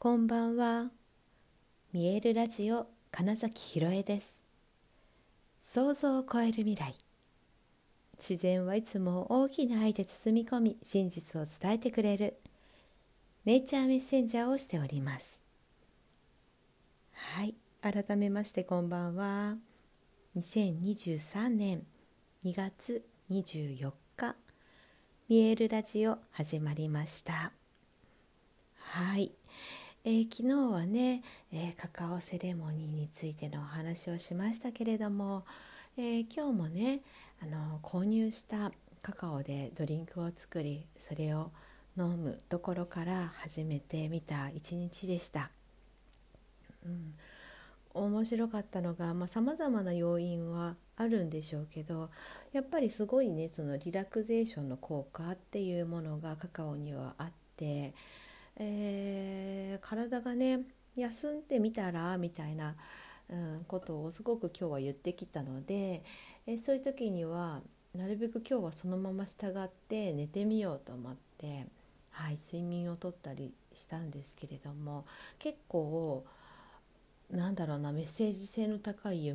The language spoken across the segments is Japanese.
こんばんは。見えるラジオ金崎ひろえです。想像を超える未来。自然はいつも大きな愛で包み込み、真実を伝えてくれるネイチャーメッセンジャーをしております。はい、改めましてこんばんは。2023年2月24日、見えるラジオ始まりました。はい。昨日はね、カカオセレモニーについてのお話をしましたけれども、今日もね購入したカカオでドリンクを作り、それを飲むところから始めてみた一日でした。面白かったのが、さまざまな要因はあるんでしょうけど、やっぱりすごいね、そのリラクゼーションの効果っていうものがカカオにはあって、体がね休んでみたらみたいな、ことをすごく今日は言ってきたので、そういう時にはなるべく今日はそのまま従って寝てみようと思って、はい、睡眠をとったりしたんですけれども、結構なんだろうな、メッセージ性の高い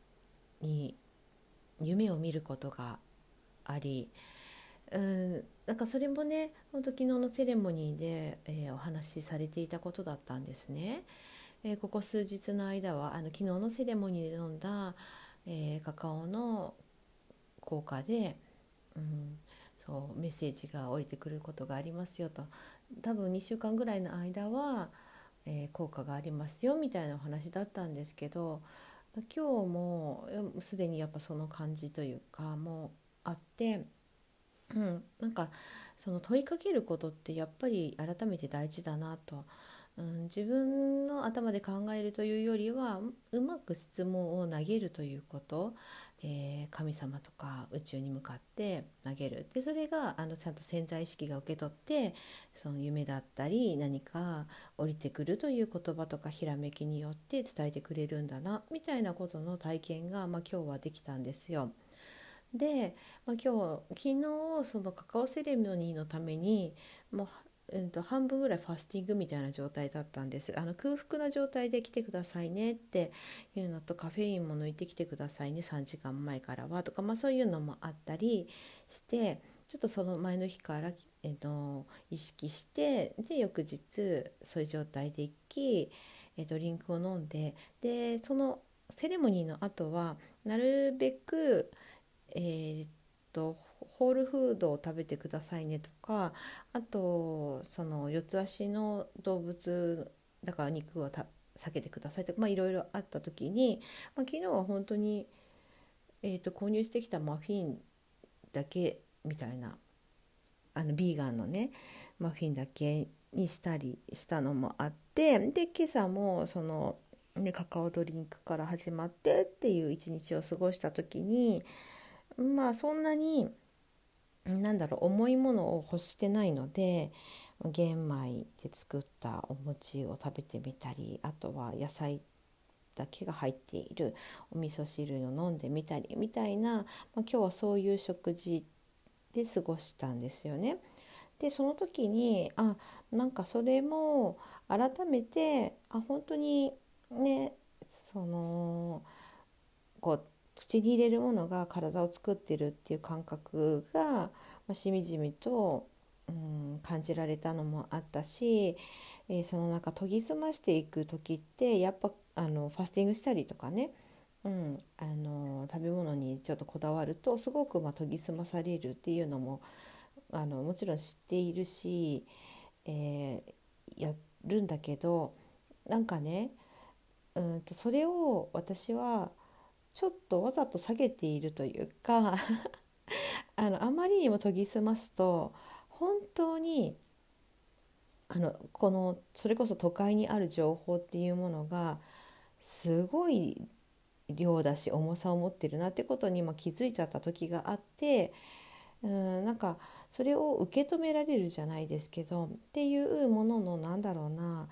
夢を見ることがあり、なんかそれもね、本当昨日のセレモニーで、お話しされていたことだったんですね。ここ数日の間は昨日のセレモニーで飲んだ、カカオの効果で、そうメッセージが降りてくることがありますよと、多分2週間ぐらいの間は、効果がありますよみたいなお話だったんですけど、今日もすでにやっぱその感じというかもうあって、なんかその問いかけることってやっぱり改めて大事だなと、自分の頭で考えるというよりはうまく質問を投げるということ、神様とか宇宙に向かって投げる。でそれがちゃんと潜在意識が受け取って、その夢だったり何か降りてくるという言葉とかひらめきによって伝えてくれるんだなみたいなことの体験が、今日はできたんですよ。で、昨日そのカカオセレモニーのためにもう、半分ぐらいファスティングみたいな状態だったんです。空腹な状態で来てくださいねっていうのと、カフェインも抜いてきてくださいね3時間前からはとか、そういうのもあったりして、ちょっとその前の日から、意識して、で翌日そういう状態で行き、ドリンクを飲んで、でそのセレモニーの後はなるべくえーっホールフードを食べてくださいねとか、あとその四つ足の動物だから肉を避けてくださいとか、いろいろあった時に、昨日は本当に、購入してきたマフィンだけみたいな、ビーガンのねマフィンだけにしたりしたのもあって、で今朝もその、カカオドリンクから始まってっていう一日を過ごした時に、そんなに重いものを欲してないので、玄米で作ったお餅を食べてみたり、あとは野菜だけが入っているお味噌汁を飲んでみたりみたいな、今日はそういう食事で過ごしたんですよね。でその時になんかそれも改めて本当にね、そのこう口に入れるものが体を作ってるっていう感覚が、しみじみと、感じられたのもあったし、そのなんか研ぎ澄ましていく時ってやっぱファスティングしたりとかね、食べ物にちょっとこだわるとすごく研ぎ澄まされるっていうのももちろん知っているし、やるんだけど、なんかね、それを私はちょっとわざと下げているというかあまりにも研ぎ澄ますと本当にこのそれこそ都会にある情報っていうものがすごい量だし重さを持ってるなってことに気づいちゃった時があって、なんかそれを受け止められるじゃないですけどっていうものの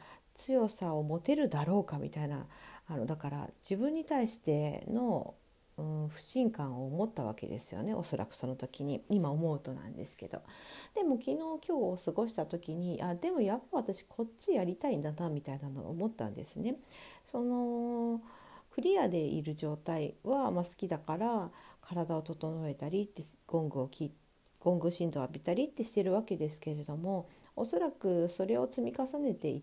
強さを持てるだろうかみたいな、だから自分に対しての不信感を持ったわけですよね、おそらくその時に。今思うとなんですけど。でも昨日今日を過ごした時に、でもやっぱ私こっちやりたいんだなみたいなのを思ったんですね。そのクリアでいる状態は、好きだから体を整えたりってゴング振動を浴びたりってしてるわけですけれども、おそらくそれを積み重ねていって、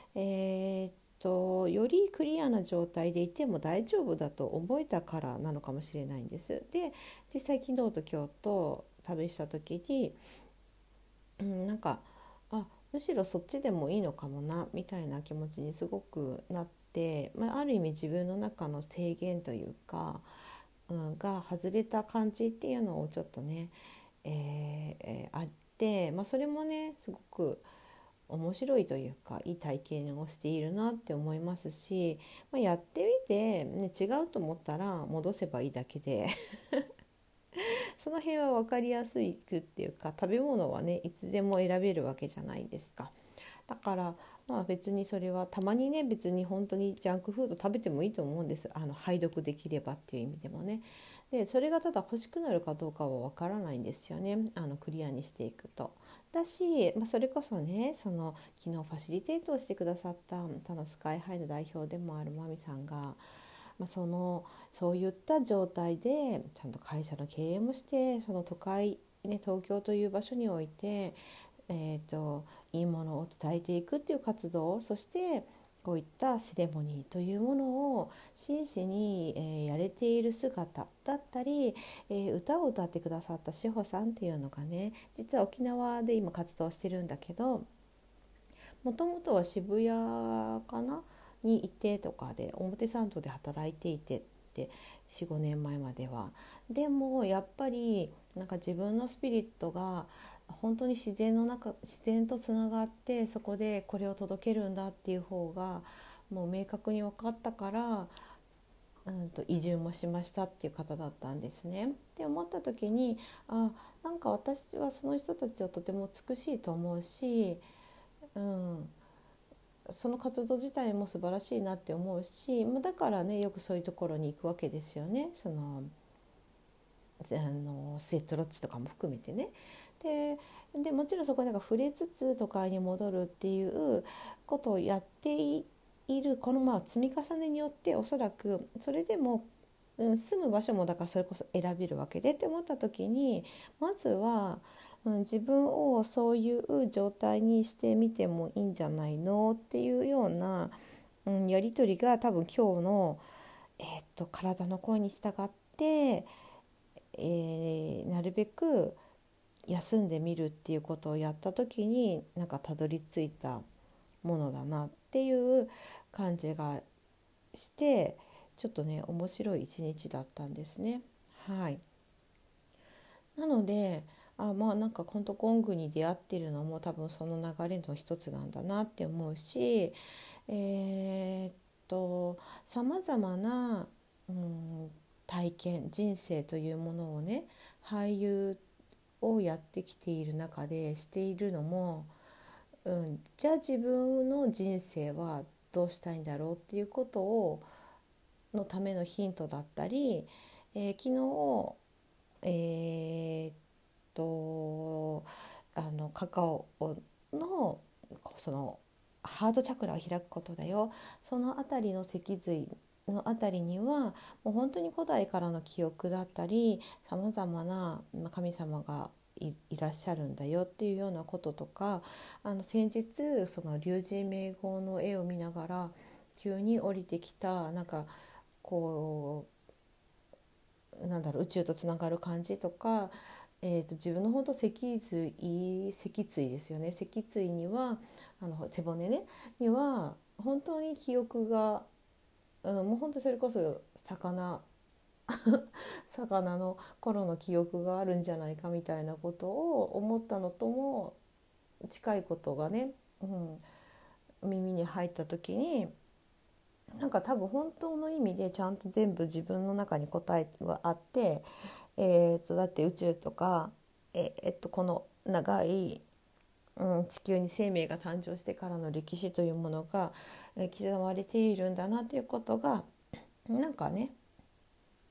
よりクリアな状態でいても大丈夫だと思えたからなのかもしれないんです。で、実際昨日と今日と試した時に、なんかむしろそっちでもいいのかもなみたいな気持ちにすごくなって、ある意味自分の中の制限というか、が外れた感じっていうのをちょっとね、あって、それもねすごく面白いというかいい体験をしているなって思いますし、やってみて、違うと思ったら戻せばいいだけでその辺は分かりやすいくっていうか、食べ物はねいつでも選べるわけじゃないですか。だから別にそれはたまにね、別に本当にジャンクフード食べてもいいと思うんです。排毒できればっていう意味でもね。でそれがただ欲しくなるかどうかは分からないんですよね、クリアにしていくと。だし、それこそね、その昨日ファシリテートをしてくださったそのスカイハイの代表でもあるマミさんが、そういった状態でちゃんと会社の経営もして、その都会、東京という場所において、いいものを伝えていくっていう活動、そしてこういったセレモニーというものを真摯に、やれている姿だったり、歌を歌ってくださった志保さんっていうのがね、実は沖縄で今活動してるんだけど、もともとは渋谷かなにいてとかで、表参道で働いていてって、4、5年前までは。でもやっぱり自分のスピリットが本当に自然とつながって、そこでこれを届けるんだっていう方がもう明確に分かったから、移住もしましたっていう方だったんですね。って思った時に、私はその人たちをとても美しいと思うし、その活動自体も素晴らしいなって思うし、だからねよくそういうところに行くわけですよね。スイートロッジとかも含めてね。でもちろんそこで触れつつ都会に戻るっていうことをやっているこの積み重ねによって、おそらくそれでも、住む場所もだからそれこそ選べるわけでって思った時に、まずは、自分をそういう状態にしてみてもいいんじゃないのっていうような、やり取りが多分今日の、体の声に従って、なるべく休んでみるっていうことをやった時にたどり着いたものだなっていう感じがして、ちょっとね面白い一日だったんですね。はい。なので本当ゴングに出会ってるのも多分その流れの一つなんだなって思うし、さまざまな、体験人生というものをね、俳優をやってきている中でしているのも、じゃあ自分の人生はどうしたいんだろうっていうことをのためのヒントだったり、昨日、えーっカカオのそのハートチャクラを開くことだよ。そのあたりの脊髄のあたりにはもう本当に古代からの記憶だったり、さまざまな神様がいらっしゃるんだよっていうようなこととか、先日その龍神明号の絵を見ながら急に降りてきたこ宇宙とつながる感じとか、自分の本当脊椎ですよね。脊椎には背骨ねには本当に記憶が、もう本当それこそ魚の頃の記憶があるんじゃないかみたいなことを思ったのとも近いことがね、耳に入った時に、多分本当の意味でちゃんと全部自分の中に答えはあって、だって宇宙とか、この長い、地球に生命が誕生してからの歴史というものが、刻まれているんだなということがね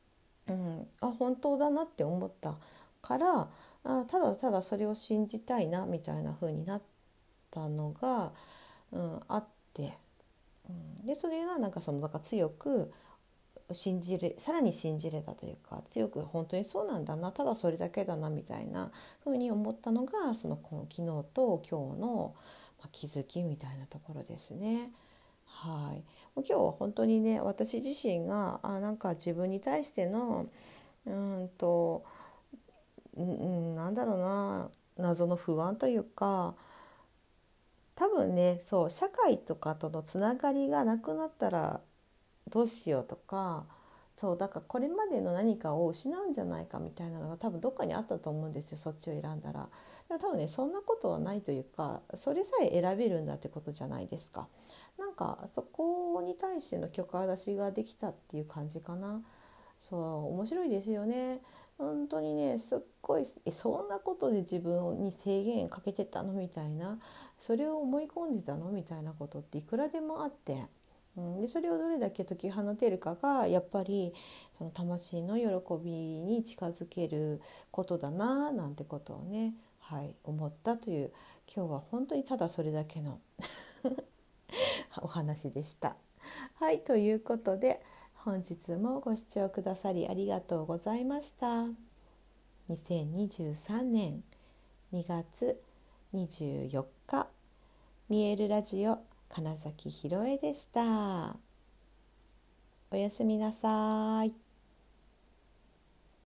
本当だなって思ったから、ただただそれを信じたいなみたいな風になったのが、あって、でそれがなんかなんか強くさらに信じれたというか、強く本当にそうなんだな、ただそれだけだなみたいな風に思ったのがこの昨日と今日の、気づきみたいなところですね。はい、もう今日は本当にね、私自身がなんか自分に対してのなんだろうな、謎の不安というか、多分ね、そう社会とかとのつながりがなくなったらどうしようとか、そうだからこれまでの何かを失うんじゃないかみたいなのが多分どっかにあったと思うんですよ、そっちを選んだら。でも多分ね、そんなことはないというか、それさえ選べるんだってことじゃないですか。なんかそこに対しての許可出しができたっていう感じかな。そう面白いですよね。本当にね、すっごいそんなことで自分に制限かけてたのみたいな、それを思い込んでたのみたいなことっていくらでもあって、でそれをどれだけ解き放てるかがやっぱりその魂の喜びに近づけることだななんてことをね、思ったという、今日は本当にただそれだけのお話でした。はい、ということで本日もご視聴くださりありがとうございました。2023年2月24日、見えるラジオ金崎ひろえでした。おやすみなさい。